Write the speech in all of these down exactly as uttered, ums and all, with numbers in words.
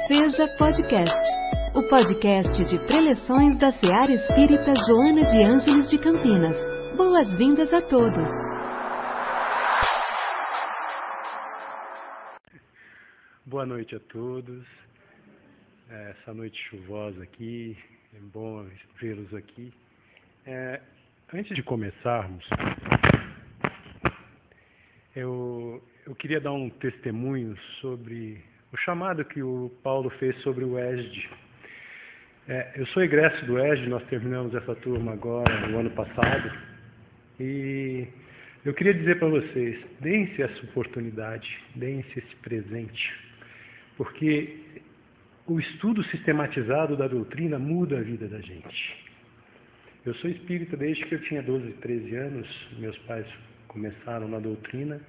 Seja Podcast, o podcast de preleções da Seara Espírita Joana de Ângeles de Campinas. Boas-vindas a todos. Boa noite a todos. Essa noite chuvosa aqui, é bom vê-los aqui. É, antes de começarmos, eu, eu queria dar um testemunho sobre o chamado que o Paulo fez sobre o E S D. É, eu sou egresso do E S D, nós terminamos essa turma agora, no ano passado, e eu queria dizer para vocês, deem-se essa oportunidade, deem-se esse presente, porque o estudo sistematizado da doutrina muda a vida da gente. Eu sou espírita desde que eu tinha doze, treze anos, meus pais começaram na doutrina.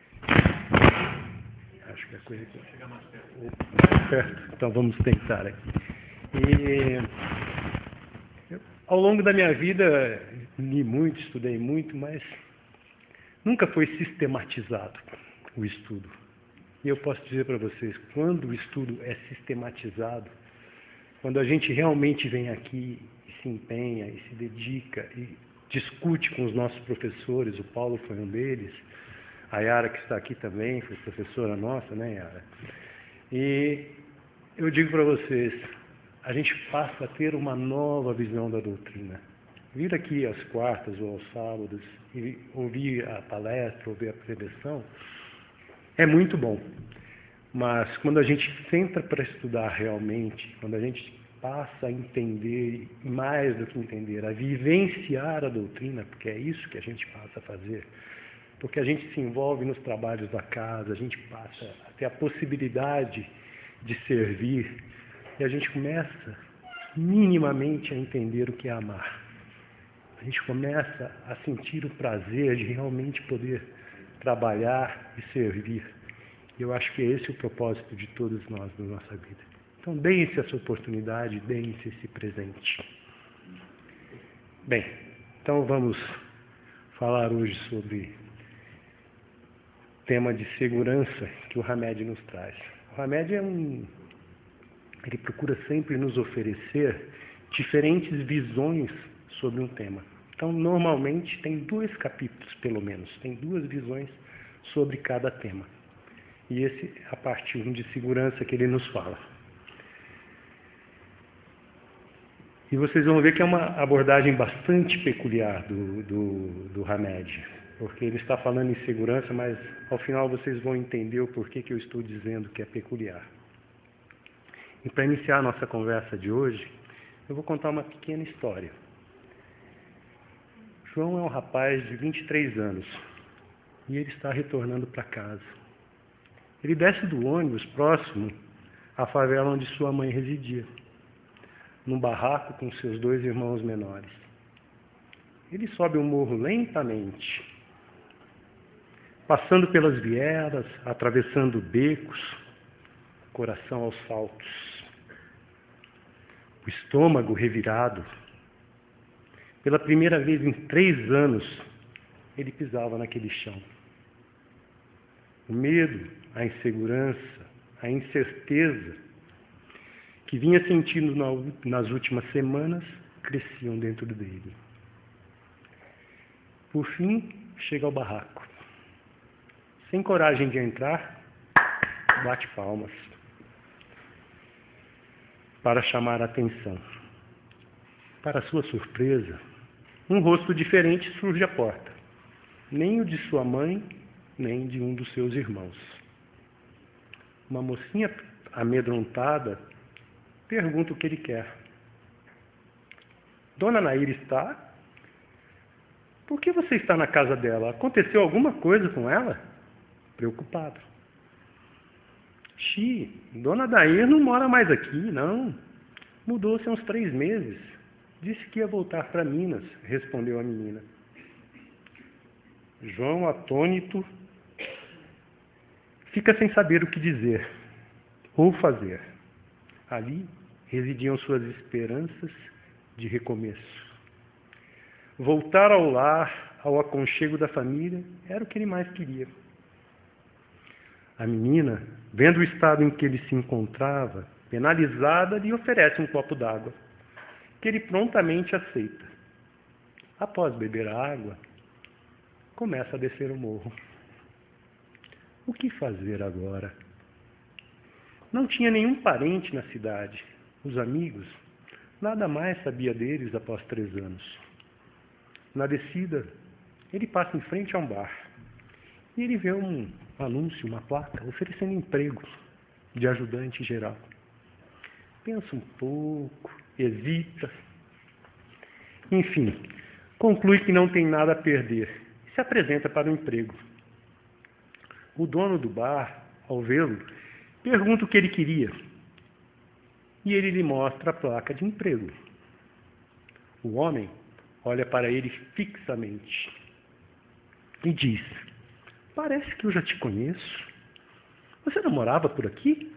Acho que é coisa que... Chegar mais perto. Perto. Então vamos tentar aqui. E eu, ao longo da minha vida, li muito, estudei muito, mas nunca foi sistematizado o estudo. E eu posso dizer para vocês, quando o estudo é sistematizado, quando a gente realmente vem aqui e se empenha e se dedica e discute com os nossos professores, o Paulo foi um deles, a Yara, que está aqui também, foi professora nossa, né, Yara? E eu digo para vocês, a gente passa a ter uma nova visão da doutrina. Vir aqui às quartas ou aos sábados e ouvir a palestra, ouvir a preleção, é muito bom. Mas quando a gente senta para estudar realmente, quando a gente passa a entender, e mais do que entender, a vivenciar a doutrina, porque é isso que a gente passa a fazer, porque a gente se envolve nos trabalhos da casa, a gente passa a ter a possibilidade de servir, e a gente começa minimamente a entender o que é amar. A gente começa a sentir o prazer de realmente poder trabalhar e servir. E eu acho que esse é o propósito de todos nós na nossa vida. Então, deem-se essa oportunidade, deem-se esse presente. Bem, então vamos falar hoje sobre tema de segurança que o Hamed nos traz. O Hamed é um, ele procura sempre nos oferecer diferentes visões sobre um tema. Então, normalmente, tem dois capítulos, pelo menos, tem duas visões sobre cada tema. E esse é a parte um de segurança que ele nos fala. E vocês vão ver que é uma abordagem bastante peculiar do, do, do Hamed, porque ele está falando em segurança, mas ao final vocês vão entender o porquê que eu estou dizendo que é peculiar. E para iniciar a nossa conversa de hoje, eu vou contar uma pequena história. João é um rapaz de vinte e três anos e ele está retornando para casa. Ele desce do ônibus próximo à favela onde sua mãe residia, num barraco com seus dois irmãos menores. Ele sobe o morro lentamente, passando pelas vielas, atravessando becos, coração aos saltos, o estômago revirado. Pela primeira vez em três anos, ele pisava naquele chão. O medo, a insegurança, a incerteza que vinha sentindo nas últimas semanas cresciam dentro dele. Por fim, chega ao barraco. Sem coragem de entrar, bate palmas para chamar a atenção. Para sua surpresa, um rosto diferente surge à porta. Nem o de sua mãe, nem de um dos seus irmãos. Uma mocinha amedrontada pergunta o que ele quer. Dona Nair está? Por que você está na casa dela? Aconteceu alguma coisa com ela? Preocupado. Xi, Dona Nair não mora mais aqui, não. Mudou-se há uns três meses. Disse que ia voltar para Minas, respondeu a menina. João, atônito, fica sem saber o que dizer ou fazer. Ali residiam suas esperanças de recomeço. Voltar ao lar, ao aconchego da família, era o que ele mais queria. A menina, vendo o estado em que ele se encontrava, Penalizada, lhe oferece um copo d'água, que ele prontamente aceita. Após beber a água, começa a descer o morro. O que fazer agora? Não tinha nenhum parente na cidade. Os amigos, nada mais sabia deles após três anos. Na descida, ele passa em frente a um bar e ele vê um anúncio, uma placa, oferecendo emprego de ajudante geral. Pensa um pouco, hesita. Enfim, conclui que não tem nada a perder e se apresenta para o emprego. O dono do bar, ao vê-lo, pergunta o que ele queria e ele lhe mostra a placa de emprego. O homem olha para ele fixamente e diz: parece que eu já te conheço. Você não morava por aqui?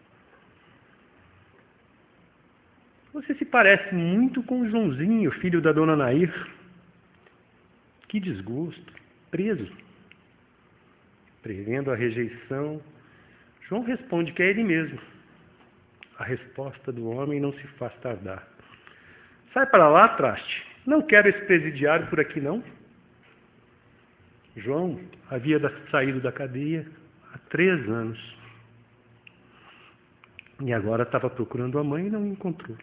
Você se parece muito com o Joãozinho, filho da dona Nair. Que desgosto. Preso. Prevendo a rejeição, João responde que é ele mesmo. A resposta do homem não se faz tardar. Sai para lá, traste. Não quero esse presidiário por aqui, não. João havia saído da cadeia há três anos. E agora estava procurando a mãe e não encontrou.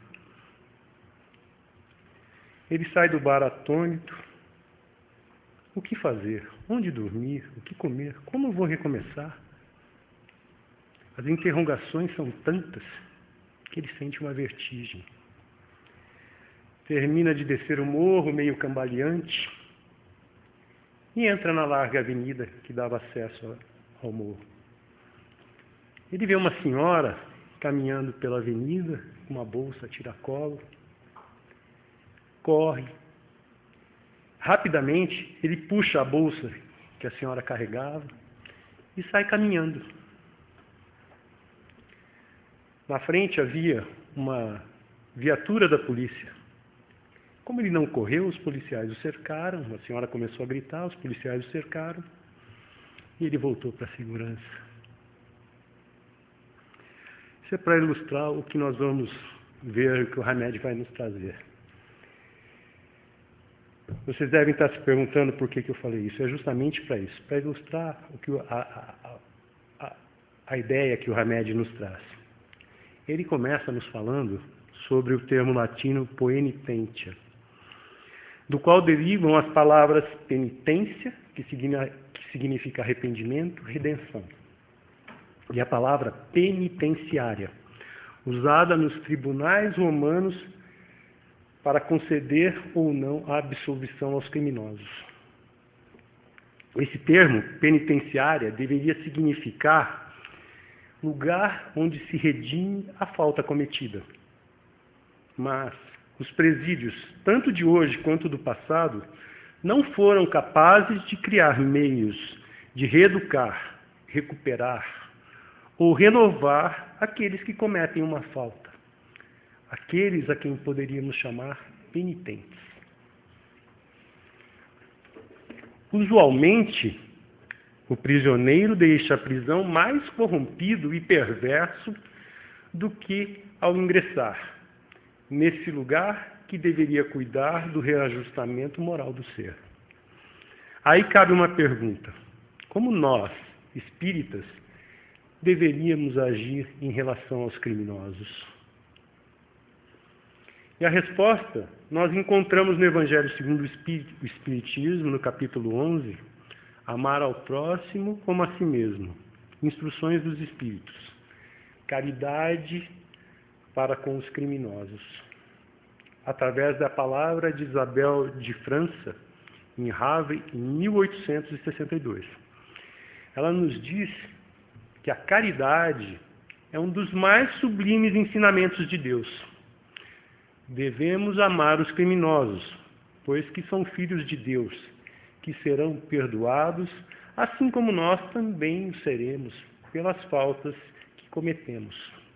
Ele sai do bar atônito. O que fazer? Onde dormir? O que comer? Como vou recomeçar? As interrogações são tantas que ele sente uma vertigem. Termina de descer o morro, meio cambaleante, e entra na larga avenida que dava acesso ao morro. Ele vê uma senhora caminhando pela avenida, com uma bolsa a tiracolo. Corre. Rapidamente, ele puxa a bolsa que a senhora carregava e sai caminhando. Na frente havia uma viatura da polícia. Como ele não correu, os policiais o cercaram, a senhora começou a gritar, os policiais o cercaram e ele voltou para a segurança. Isso é para ilustrar o que nós vamos ver, o que o Hamed vai nos trazer. Vocês devem estar se perguntando por que, que eu falei isso. É justamente para isso, para ilustrar o que, a, a, a, a ideia que o Hamed nos traz. Ele começa nos falando sobre o termo latino poenitentia, do qual derivam as palavras penitência, que significa arrependimento, redenção, e a palavra penitenciária, usada nos tribunais romanos para conceder ou não a absolvição aos criminosos. Esse termo, penitenciária, deveria significar lugar onde se redime a falta cometida. Mas os presídios, tanto de hoje quanto do passado, não foram capazes de criar meios de reeducar, recuperar ou renovar aqueles que cometem uma falta. Aqueles a quem poderíamos chamar penitentes. Usualmente, o prisioneiro deixa a prisão mais corrompido e perverso do que ao ingressar nesse lugar que deveria cuidar do reajustamento moral do ser. Aí cabe uma pergunta: como nós, espíritas, deveríamos agir em relação aos criminosos? E a resposta nós encontramos no Evangelho segundo o Espiritismo, no capítulo onze, amar ao próximo como a si mesmo. Instruções dos Espíritos. Caridade para com os criminosos. Através da palavra de Isabel de França, em Havre, em mil oitocentos e sessenta e dois. Ela nos diz que a caridade é um dos mais sublimes ensinamentos de Deus. Devemos amar os criminosos, pois que são filhos de Deus, que serão perdoados, assim como nós também o seremos pelas faltas que cometemos.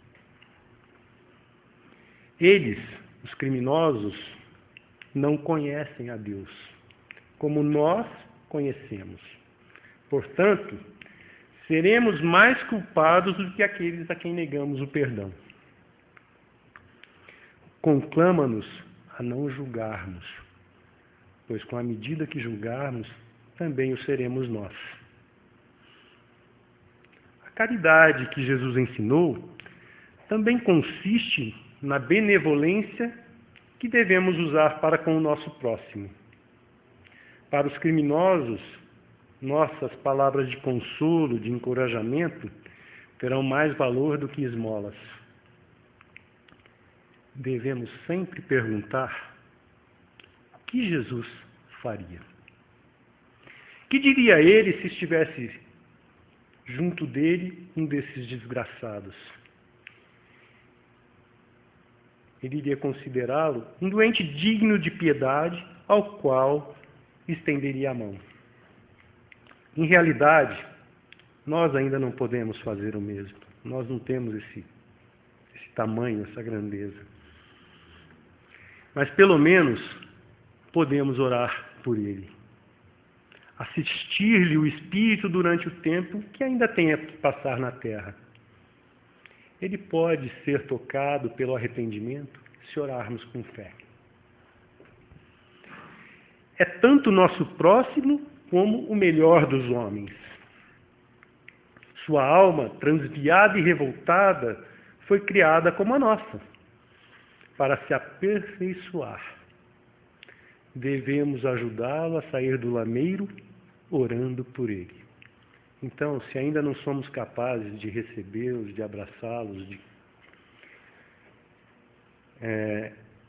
Eles, os criminosos, não conhecem a Deus, como nós conhecemos. Portanto, seremos mais culpados do que aqueles a quem negamos o perdão. conclama-nos a não julgarmos, pois com a medida que julgarmos, também o seremos nós. A caridade que Jesus ensinou também consiste na benevolência que devemos usar para com o nosso próximo. Para os criminosos, nossas palavras de consolo, de encorajamento, terão mais valor do que esmolas. Devemos sempre perguntar o que Jesus faria. O que diria ele se estivesse junto dele um desses desgraçados? Ele iria considerá-lo um doente digno de piedade ao qual estenderia a mão. Em realidade, nós ainda não podemos fazer o mesmo. Nós não temos esse, esse tamanho, essa grandeza. Mas pelo menos podemos orar por ele. Assistir-lhe o Espírito durante o tempo que ainda tenha que passar na terra. Ele pode ser tocado pelo arrependimento se orarmos com fé. É tanto o nosso próximo como o melhor dos homens. Sua alma, transviada e revoltada, foi criada como a nossa, para se aperfeiçoar. Devemos ajudá-lo a sair do lameiro, orando por ele. Então, se ainda não somos capazes de recebê-los, de abraçá-los, de, é,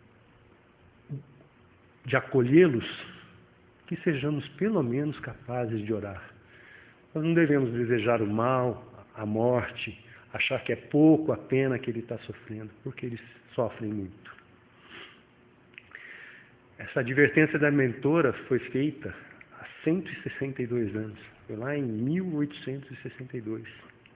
de acolhê-los, que sejamos pelo menos capazes de orar. Nós não devemos desejar o mal, a morte, achar que é pouco a pena que ele está sofrendo, porque eles sofrem muito. Essa advertência da mentora foi feita há cento e sessenta e dois anos. Foi lá em mil oitocentos e sessenta e dois.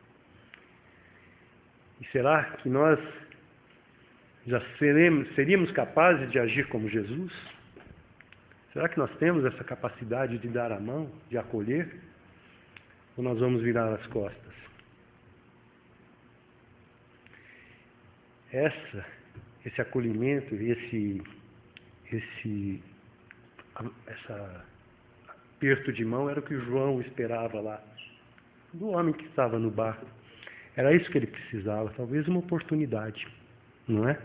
E será que nós já seremos, seríamos capazes de agir como Jesus? Será que nós temos essa capacidade de dar a mão, de acolher? Ou nós vamos virar as costas? Essa, esse acolhimento, esse, esse, essa aperto de mão era o que João esperava lá, do homem que estava no barco. Era isso que ele precisava, talvez uma oportunidade, não é?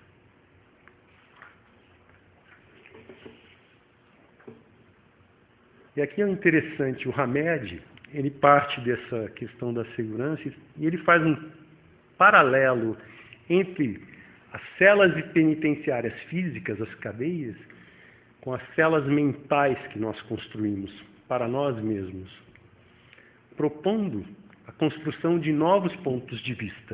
E aqui é interessante, o Hamed, ele parte dessa questão da segurança e ele faz um paralelo entre as celas penitenciárias físicas, as cadeias, com as celas mentais que nós construímos para nós mesmos, propondo a construção de novos pontos de vista.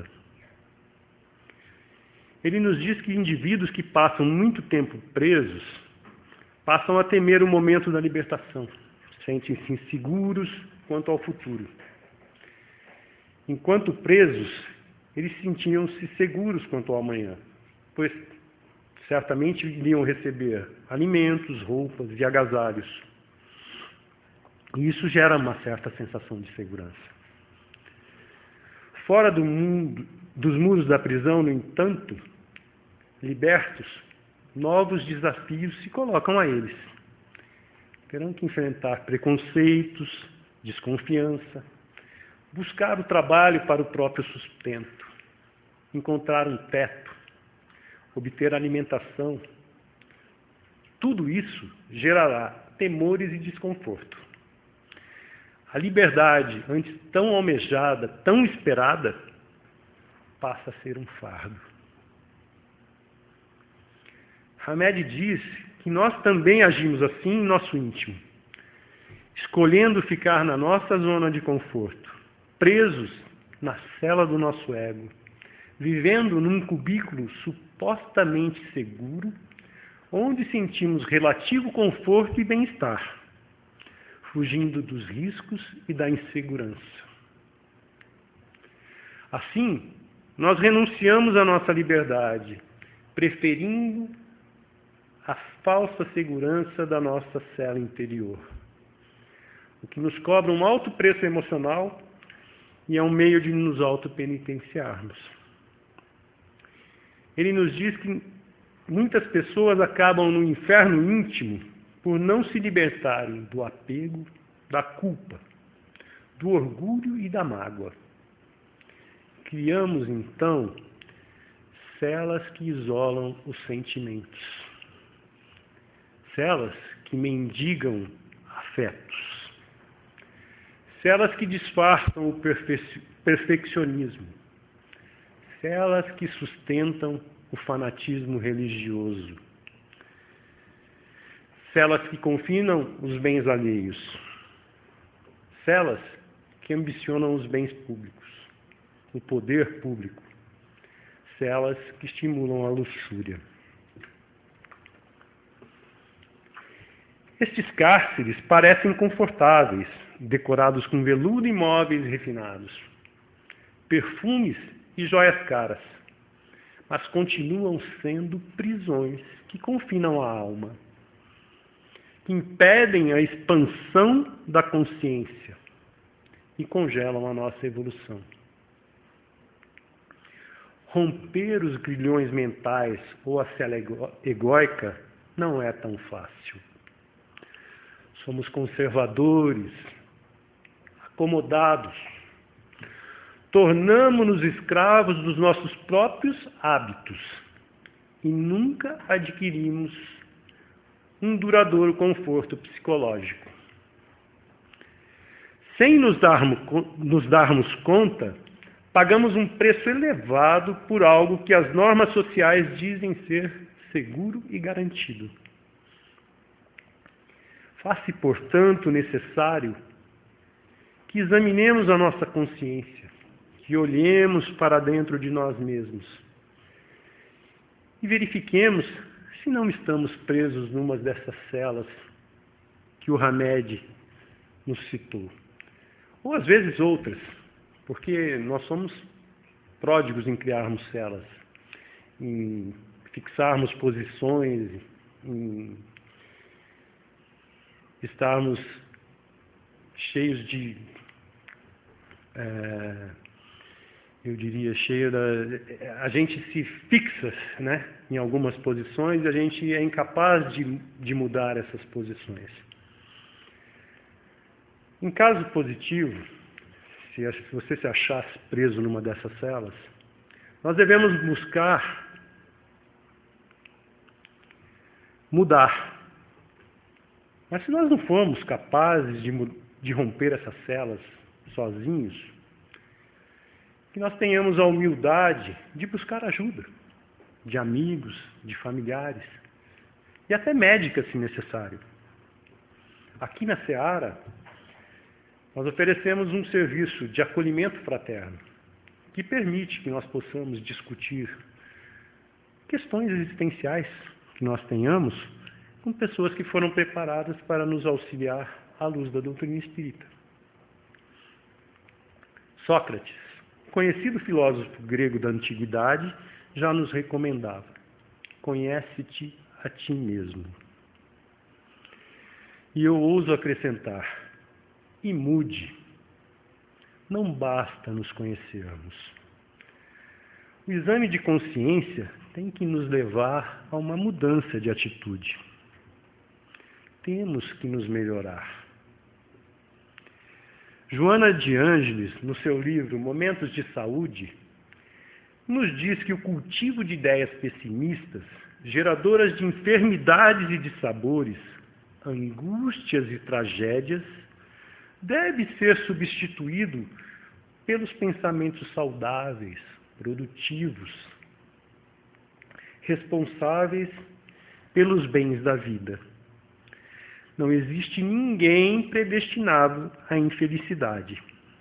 Ele nos diz que indivíduos que passam muito tempo presos passam a temer o momento da libertação, sentem-se inseguros quanto ao futuro. Enquanto presos, eles sentiam-se seguros quanto ao amanhã, pois certamente iriam receber alimentos, roupas e agasalhos. E isso gera uma certa sensação de segurança. Fora do mundo, dos muros da prisão, no entanto, libertos, novos desafios se colocam a eles. Terão que enfrentar preconceitos, desconfiança, buscar o trabalho para o próprio sustento, encontrar um teto, obter alimentação. Tudo isso gerará temores e desconforto. A liberdade, antes tão almejada, tão esperada, passa a ser um fardo. Hamed diz que nós também agimos assim em nosso íntimo, escolhendo ficar na nossa zona de conforto, presos na cela do nosso ego, vivendo num cubículo supostamente seguro, onde sentimos relativo conforto e bem-estar, fugindo dos riscos e da insegurança. Assim, nós renunciamos à nossa liberdade, preferindo a falsa segurança da nossa cela interior, o que nos cobra um alto preço emocional e é um meio de nos autopenitenciarmos. Ele nos diz que muitas pessoas acabam no inferno íntimo por não se libertarem do apego, da culpa, do orgulho e da mágoa. Criamos, então, celas que isolam os sentimentos, celas que mendigam afetos, celas que disfarçam o perfe- perfeccionismo, celas que sustentam o fanatismo religioso, celas que confinam os bens alheios, celas que ambicionam os bens públicos, o poder público, celas que estimulam a luxúria. Estes cárceres parecem confortáveis, decorados com veludo e móveis refinados, perfumes e joias caras, mas continuam sendo prisões que confinam a alma, que impedem a expansão da consciência e congelam a nossa evolução. Romper os grilhões mentais ou a cela egóica não é tão fácil. Somos conservadores, acomodados, tornamo-nos escravos dos nossos próprios hábitos e nunca adquirimos um duradouro conforto psicológico. Sem nos darmos, nos darmos conta, pagamos um preço elevado por algo que as normas sociais dizem ser seguro e garantido. Faz-se, portanto, necessário que examinemos a nossa consciência, que olhemos para dentro de nós mesmos e verifiquemos se não estamos presos numa dessas celas que o Hamed nos citou. Ou às vezes outras, porque nós somos pródigos em criarmos celas, em fixarmos posições, em estarmos cheios de, é, eu diria, cheio da... A gente se fixa, né, em algumas posições e a gente é incapaz de, de mudar essas posições. Em caso positivo, se você se achasse preso numa dessas celas, nós devemos buscar mudar. Mas se nós não formos capazes de, de romper essas celas sozinhos, que nós tenhamos a humildade de buscar ajuda de amigos, de familiares e até médicas, se necessário. Aqui na Seara, nós oferecemos um serviço de acolhimento fraterno que permite que nós possamos discutir questões existenciais que nós tenhamos com pessoas que foram preparadas para nos auxiliar à luz da doutrina espírita. Sócrates, conhecido filósofo grego da antiguidade, já nos recomendava: conhece-te a ti mesmo. E eu ouso acrescentar: e mude. Não basta nos conhecermos. O exame de consciência tem que nos levar a uma mudança de atitude. Temos que nos melhorar. Joana de Ângeles, no seu livro Momentos de Saúde, nos diz que o cultivo de ideias pessimistas, geradoras de enfermidades e de sabores, angústias e tragédias, deve ser substituído pelos pensamentos saudáveis, produtivos, responsáveis pelos bens da vida. Não existe ninguém predestinado à infelicidade.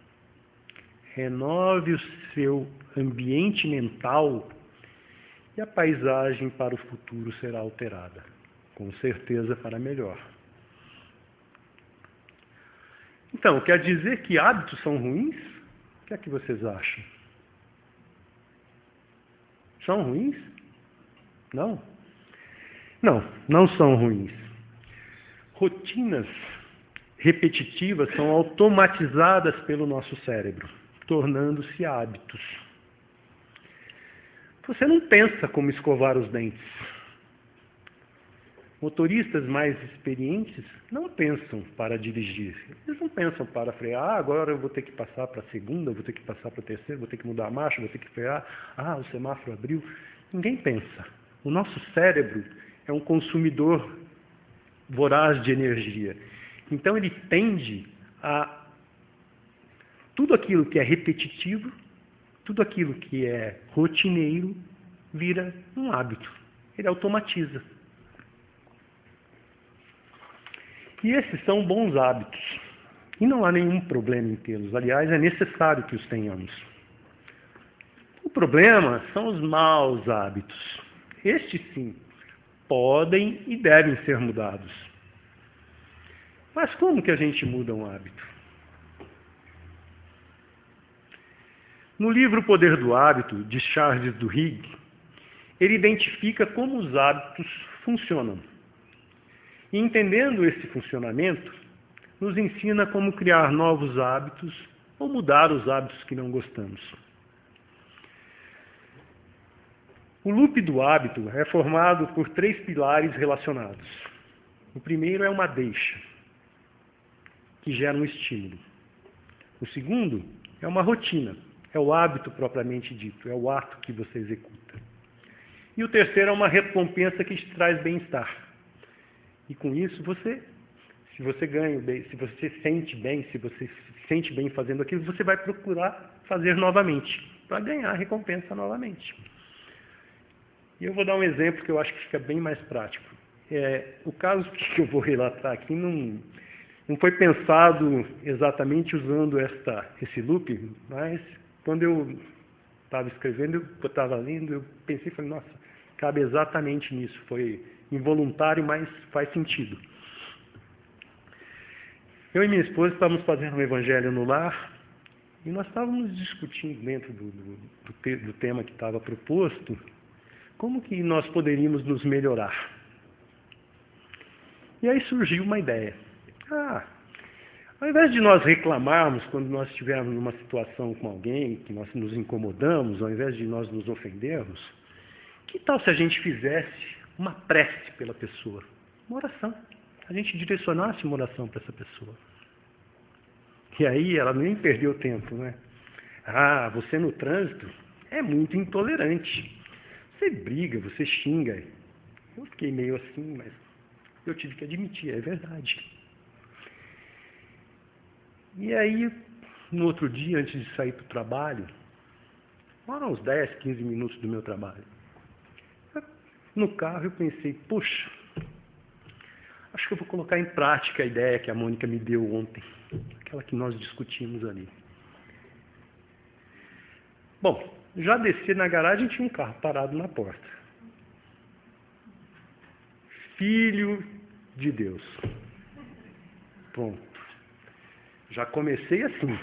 Renove o seu ambiente mental e a paisagem para o futuro será alterada, com certeza para melhor. Então, quer dizer que hábitos são ruins? O que é que vocês acham? São ruins? Não? Não, não são ruins. Rotinas repetitivas são automatizadas pelo nosso cérebro, tornando-se hábitos. Você não pensa como escovar os dentes, Motoristas mais experientes não pensam para dirigir. Eles não pensam para frear. Ah, agora eu vou ter que passar para a segunda, vou ter que passar para a terceira, vou ter que mudar a marcha, vou ter que frear. Ah, o semáforo abriu. Ninguém pensa. O nosso cérebro é um consumidor voraz de energia. Então ele tende a... Tudo aquilo que é repetitivo, tudo aquilo que é rotineiro, vira um hábito. Ele automatiza. E esses são bons hábitos. E não há nenhum problema em tê-los. Aliás, é necessário que os tenhamos. O problema são os maus hábitos. Estes, sim, podem e devem ser mudados. Mas como que a gente muda um hábito? No livro O Poder do Hábito, de Charles Duhigg, ele identifica como os hábitos funcionam. E entendendo esse funcionamento, nos ensina como criar novos hábitos ou mudar os hábitos que não gostamos. O loop do hábito é formado por três pilares relacionados. O primeiro é uma deixa, que gera um estímulo. O segundo é uma rotina, é o hábito propriamente dito, é o ato que você executa. E o terceiro é uma recompensa que te traz bem-estar. E com isso, você, se você ganha bem, se você se sente bem, se você se sente bem fazendo aquilo, você vai procurar fazer novamente, para ganhar a recompensa novamente. E eu vou dar um exemplo que eu acho que fica bem mais prático. É, o caso que eu vou relatar aqui não, não foi pensado exatamente usando esta, esse loop, mas quando eu estava escrevendo, eu estava lendo, eu pensei, falei, nossa, cabe exatamente nisso. Foi involuntário, mas faz sentido. Eu e minha esposa estávamos fazendo um evangelho no lar e nós estávamos discutindo dentro do, do, do, te, do tema que estava proposto como que nós poderíamos nos melhorar. E aí surgiu uma ideia. Ah, ao invés de nós reclamarmos quando nós estivermos numa situação com alguém, que nós nos incomodamos, ao invés de nós nos ofendermos, que tal se a gente fizesse uma prece pela pessoa? Uma oração. A gente direcionasse uma oração para essa pessoa. E aí ela nem perdeu tempo, né? Ah, você no trânsito é muito intolerante. Você briga, você xinga. Eu fiquei meio assim, mas eu tive que admitir, é verdade. E aí, no outro dia, antes de sair para o trabalho, foram uns dez, quinze minutos do meu trabalho. No carro eu pensei, puxa, acho que eu vou colocar em prática a ideia que a Mônica me deu ontem, aquela que nós discutimos ali. Bom, já desci na garagem, tinha um carro parado na porta. Filho de Deus. Pronto. Já comecei assim.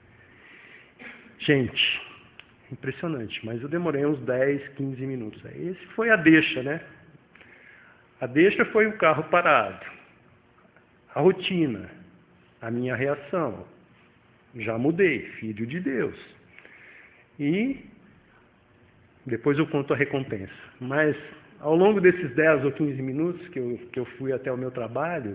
Gente, impressionante, mas eu demorei uns dez, quinze minutos. Esse foi a deixa, né? A deixa foi o carro parado. A rotina, a minha reação. Já mudei, filho de Deus. E depois eu conto a recompensa. Mas ao longo desses dez ou quinze minutos que eu, que eu fui até o meu trabalho,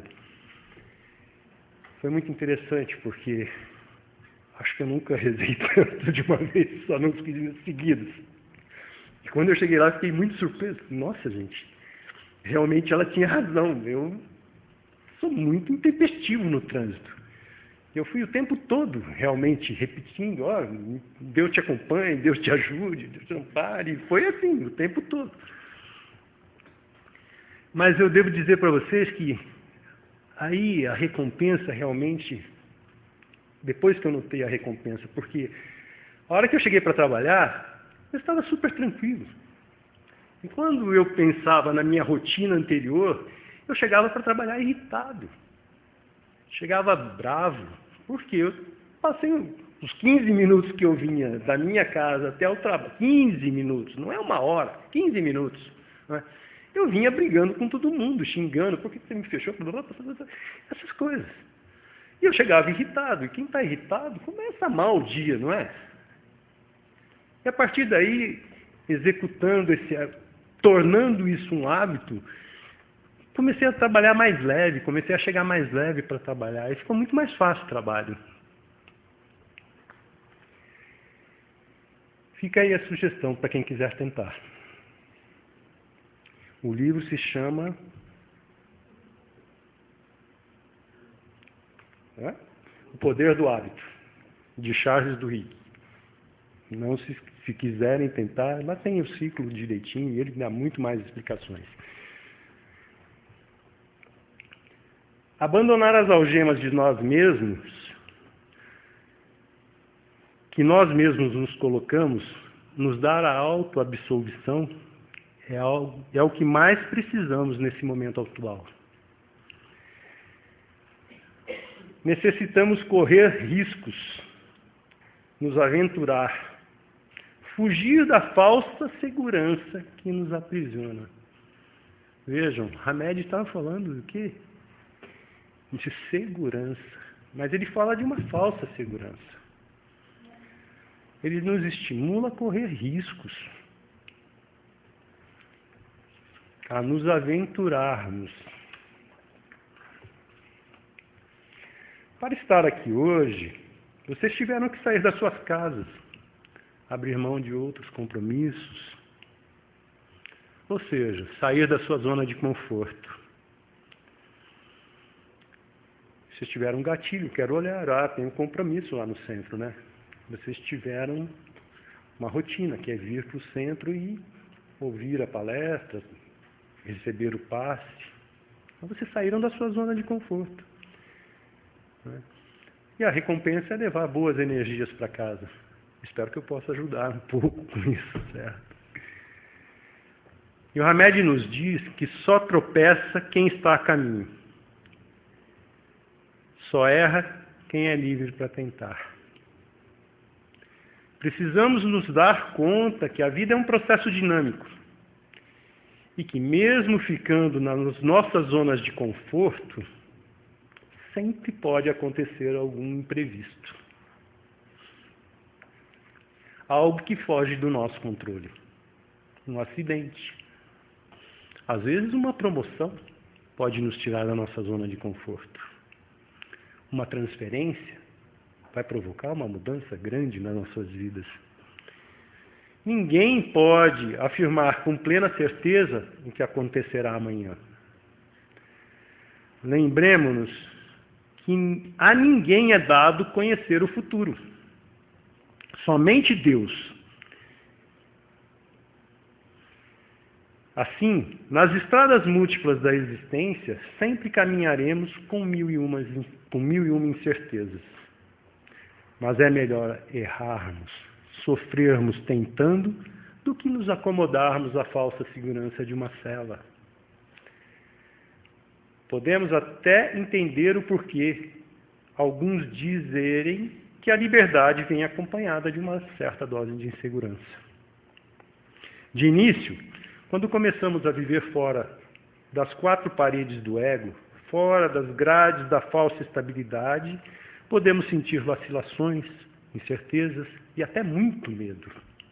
foi muito interessante, porque acho que eu nunca rezei tanto de uma vez, só nos quinze minutos seguidos. E quando eu cheguei lá, eu fiquei muito surpreso. Nossa, gente, realmente ela tinha razão. Eu sou muito intempestivo no trânsito. Eu fui o tempo todo realmente repetindo, ó, oh, Deus te acompanhe, Deus te ajude, Deus te ampare. Foi assim, o tempo todo. Mas eu devo dizer para vocês que aí a recompensa realmente, depois que eu notei a recompensa, porque a hora que eu cheguei para trabalhar, eu estava super tranquilo. E quando eu pensava na minha rotina anterior, eu chegava para trabalhar irritado. Chegava bravo, porque eu passei os quinze minutos que eu vinha da minha casa até o trabalho, quinze minutos, não é uma hora, quinze minutos, né? Eu vinha brigando com todo mundo, xingando, por que você me fechou? Essas coisas. E eu chegava irritado, e quem está irritado começa a amar o dia, não é? E a partir daí, executando esse, tornando isso um hábito, comecei a trabalhar mais leve, comecei a chegar mais leve para trabalhar, e ficou muito mais fácil o trabalho. Fica aí a sugestão para quem quiser tentar. O livro se chama é? O Poder do Hábito, de Charles Duhigg. Não se, se quiserem tentar, lá tem o ciclo direitinho e ele dá muito mais explicações. Abandonar as algemas de nós mesmos, que nós mesmos nos colocamos, nos dar a autoabsolvição, é, algo, é o que mais precisamos nesse momento atual. Necessitamos correr riscos, nos aventurar, fugir da falsa segurança que nos aprisiona. Vejam, Hamed estava falando do quê? De segurança. Mas ele fala de uma falsa segurança. Ele nos estimula a correr riscos, a nos aventurarmos. Para estar aqui hoje, vocês tiveram que sair das suas casas, abrir mão de outros compromissos, ou seja, sair da sua zona de conforto. Vocês tiveram um gatilho, quero olhar, ah, tem um compromisso lá no centro, né? Vocês tiveram uma rotina, que é vir para o centro e ouvir a palestra, receber o passe. Então, vocês saíram da sua zona de conforto. Né? E a recompensa é levar boas energias para casa. Espero que eu possa ajudar um pouco com isso, certo? E o Hamed nos diz que só tropeça quem está a caminho. Só erra quem é livre para tentar. Precisamos nos dar conta que a vida é um processo dinâmico e que mesmo ficando nas nossas zonas de conforto, sempre pode acontecer algum imprevisto. Algo que foge do nosso controle. Um acidente. Às vezes uma promoção pode nos tirar da nossa zona de conforto. Uma transferência vai provocar uma mudança grande nas nossas vidas. Ninguém pode afirmar com plena certeza o que acontecerá amanhã. Lembremos-nos que a ninguém é dado conhecer o futuro. Somente Deus. Assim, nas estradas múltiplas da existência, sempre caminharemos com mil e uma, com mil e uma incertezas. Mas é melhor errarmos, sofrermos tentando, do que nos acomodarmos à falsa segurança de uma cela. Podemos até entender o porquê alguns dizerem que a liberdade vem acompanhada de uma certa dose de insegurança. De início, quando começamos a viver fora das quatro paredes do ego, fora das grades da falsa estabilidade, podemos sentir vacilações, incertezas e até muito medo.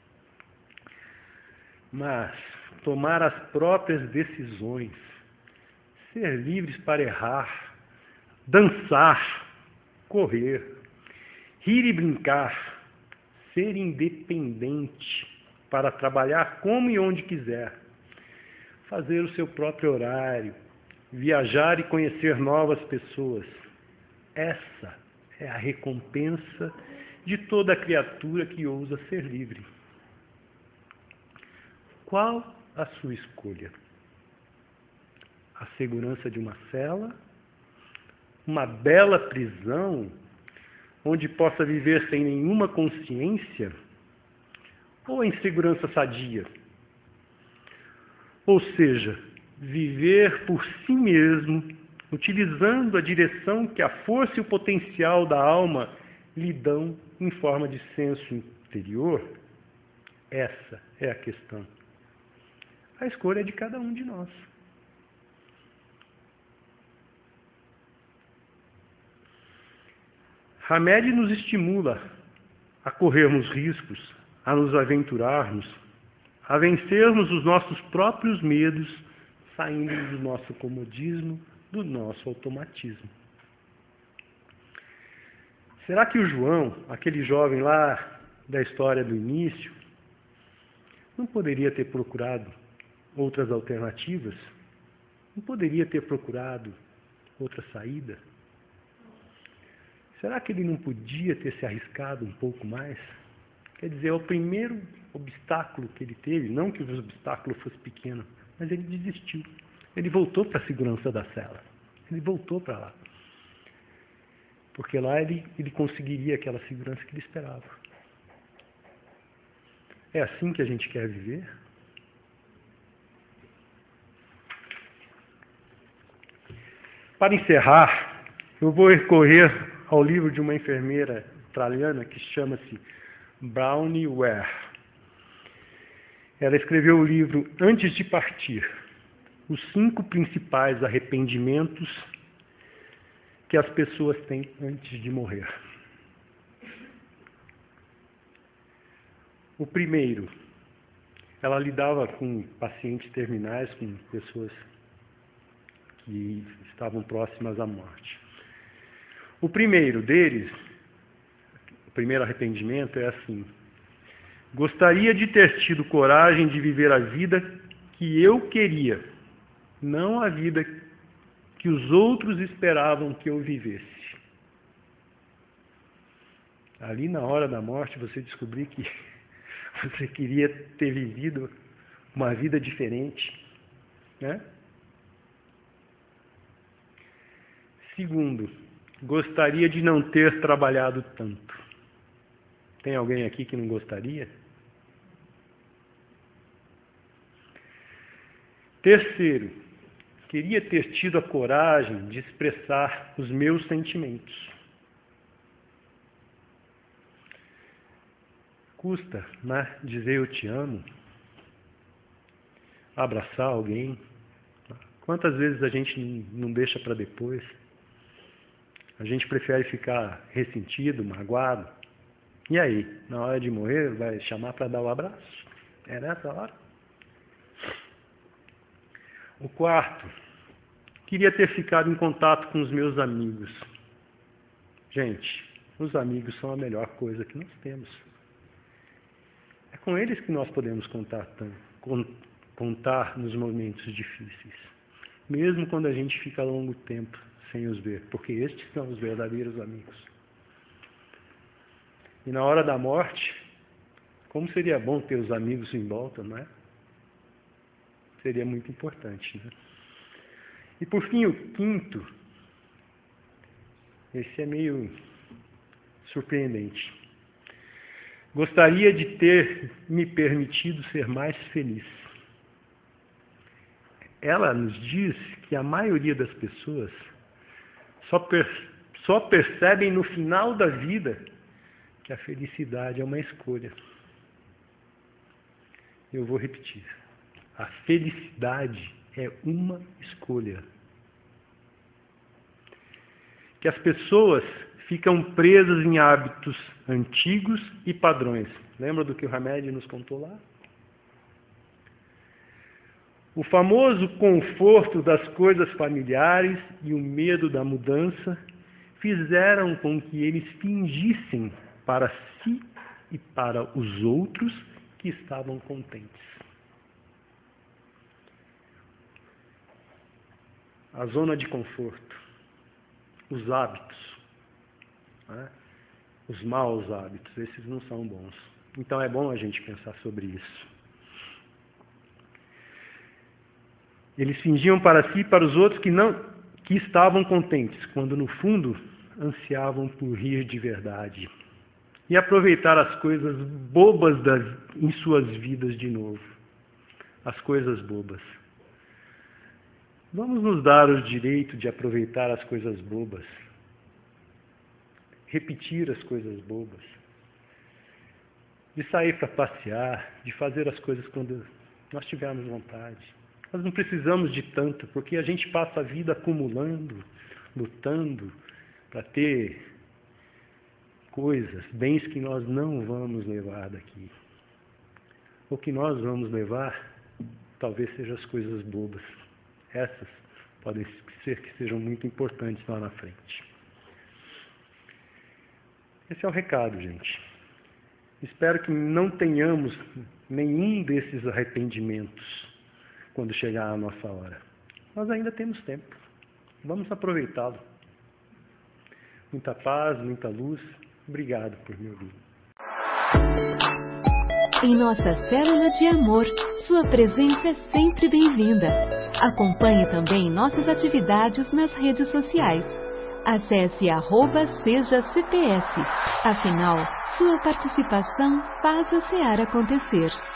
Mas tomar as próprias decisões, ser livres para errar, dançar, correr, rir e brincar, ser independente para trabalhar como e onde quiser, fazer o seu próprio horário, viajar e conhecer novas pessoas. Essa é a recompensa de toda criatura que ousa ser livre. Qual a sua escolha? A segurança de uma cela? Uma bela prisão, onde possa viver sem nenhuma consciência? Ou a insegurança sadia? Ou seja, viver por si mesmo, utilizando a direção que a força e o potencial da alma lhe dão em forma de senso interior? Essa é a questão. A escolha é de cada um de nós. Hamed nos estimula a corrermos riscos, a nos aventurarmos, a vencermos os nossos próprios medos, saindo do nosso comodismo, do nosso automatismo. Será que o João, aquele jovem lá da história do início, não poderia ter procurado outras alternativas? Não poderia ter procurado outra saída? Será que ele não podia ter se arriscado um pouco mais? Quer dizer, é o primeiro obstáculo que ele teve, não que o obstáculo fosse pequeno, mas ele desistiu. Ele voltou para a segurança da cela. Ele voltou para lá. Porque lá ele, ele conseguiria aquela segurança que ele esperava. É assim que a gente quer viver? Para encerrar, eu vou recorrer ao livro de uma enfermeira italiana que chama-se Bronnie Ware. Ela escreveu o livro Antes de Partir, os cinco principais arrependimentos que as pessoas têm antes de morrer. O primeiro, ela lidava com pacientes terminais, com pessoas que estavam próximas à morte. O primeiro deles, o primeiro arrependimento é assim: gostaria de ter tido coragem de viver a vida que eu queria, não a vida que os outros esperavam que eu vivesse. Ali na hora da morte você descobriu que você queria ter vivido uma vida diferente, né? Segundo, gostaria de não ter trabalhado tanto. Tem alguém aqui que não gostaria? Terceiro, queria ter tido a coragem de expressar os meus sentimentos. Custa, né, dizer eu te amo, abraçar alguém. Quantas vezes a gente não deixa para depois? A gente prefere ficar ressentido, magoado. E aí, na hora de morrer, vai chamar para dar o abraço? É nessa hora? O quarto, queria ter ficado em contato com os meus amigos. Gente, os amigos são a melhor coisa que nós temos. É com eles que nós podemos contar, contar nos momentos difíceis. Mesmo quando a gente fica longo tempo sem os ver, porque estes são os verdadeiros amigos. E na hora da morte, como seria bom ter os amigos em volta, não é? Seria muito importante, né? E por fim, o quinto, esse é meio surpreendente. Gostaria de ter me permitido ser mais feliz. Ela nos diz que a maioria das pessoas só, per só percebem no final da vida que a felicidade é uma escolha. Eu vou repetir. A felicidade é uma escolha. Que as pessoas ficam presas em hábitos antigos e padrões. Lembra do que o Hamed nos contou lá? O famoso conforto das coisas familiares e o medo da mudança fizeram com que eles fingissem para si e para os outros que estavam contentes. A zona de conforto, os hábitos, né? Os maus hábitos, esses não são bons. Então é bom a gente pensar sobre isso. Eles fingiam para si e para os outros que, não, que estavam contentes, quando no fundo ansiavam por rir de verdade e aproveitar as coisas bobas das, em suas vidas de novo. As coisas bobas. Vamos nos dar o direito de aproveitar as coisas bobas, repetir as coisas bobas, de sair para passear, de fazer as coisas quando nós tivermos vontade. Nós não precisamos de tanto, porque a gente passa a vida acumulando, lutando para ter coisas, bens que nós não vamos levar daqui. O que nós vamos levar talvez sejam as coisas bobas. Essas podem ser que sejam muito importantes lá na frente. Esse é o recado, gente. Espero que não tenhamos nenhum desses arrependimentos quando chegar a nossa hora. Nós ainda temos tempo. Vamos aproveitá-lo. Muita paz, muita luz. Obrigado por me ouvir. Em nossa célula de amor, sua presença é sempre bem-vinda. Acompanhe também nossas atividades nas redes sociais. Acesse arroba seja C P S. Afinal, sua participação faz a Seara acontecer.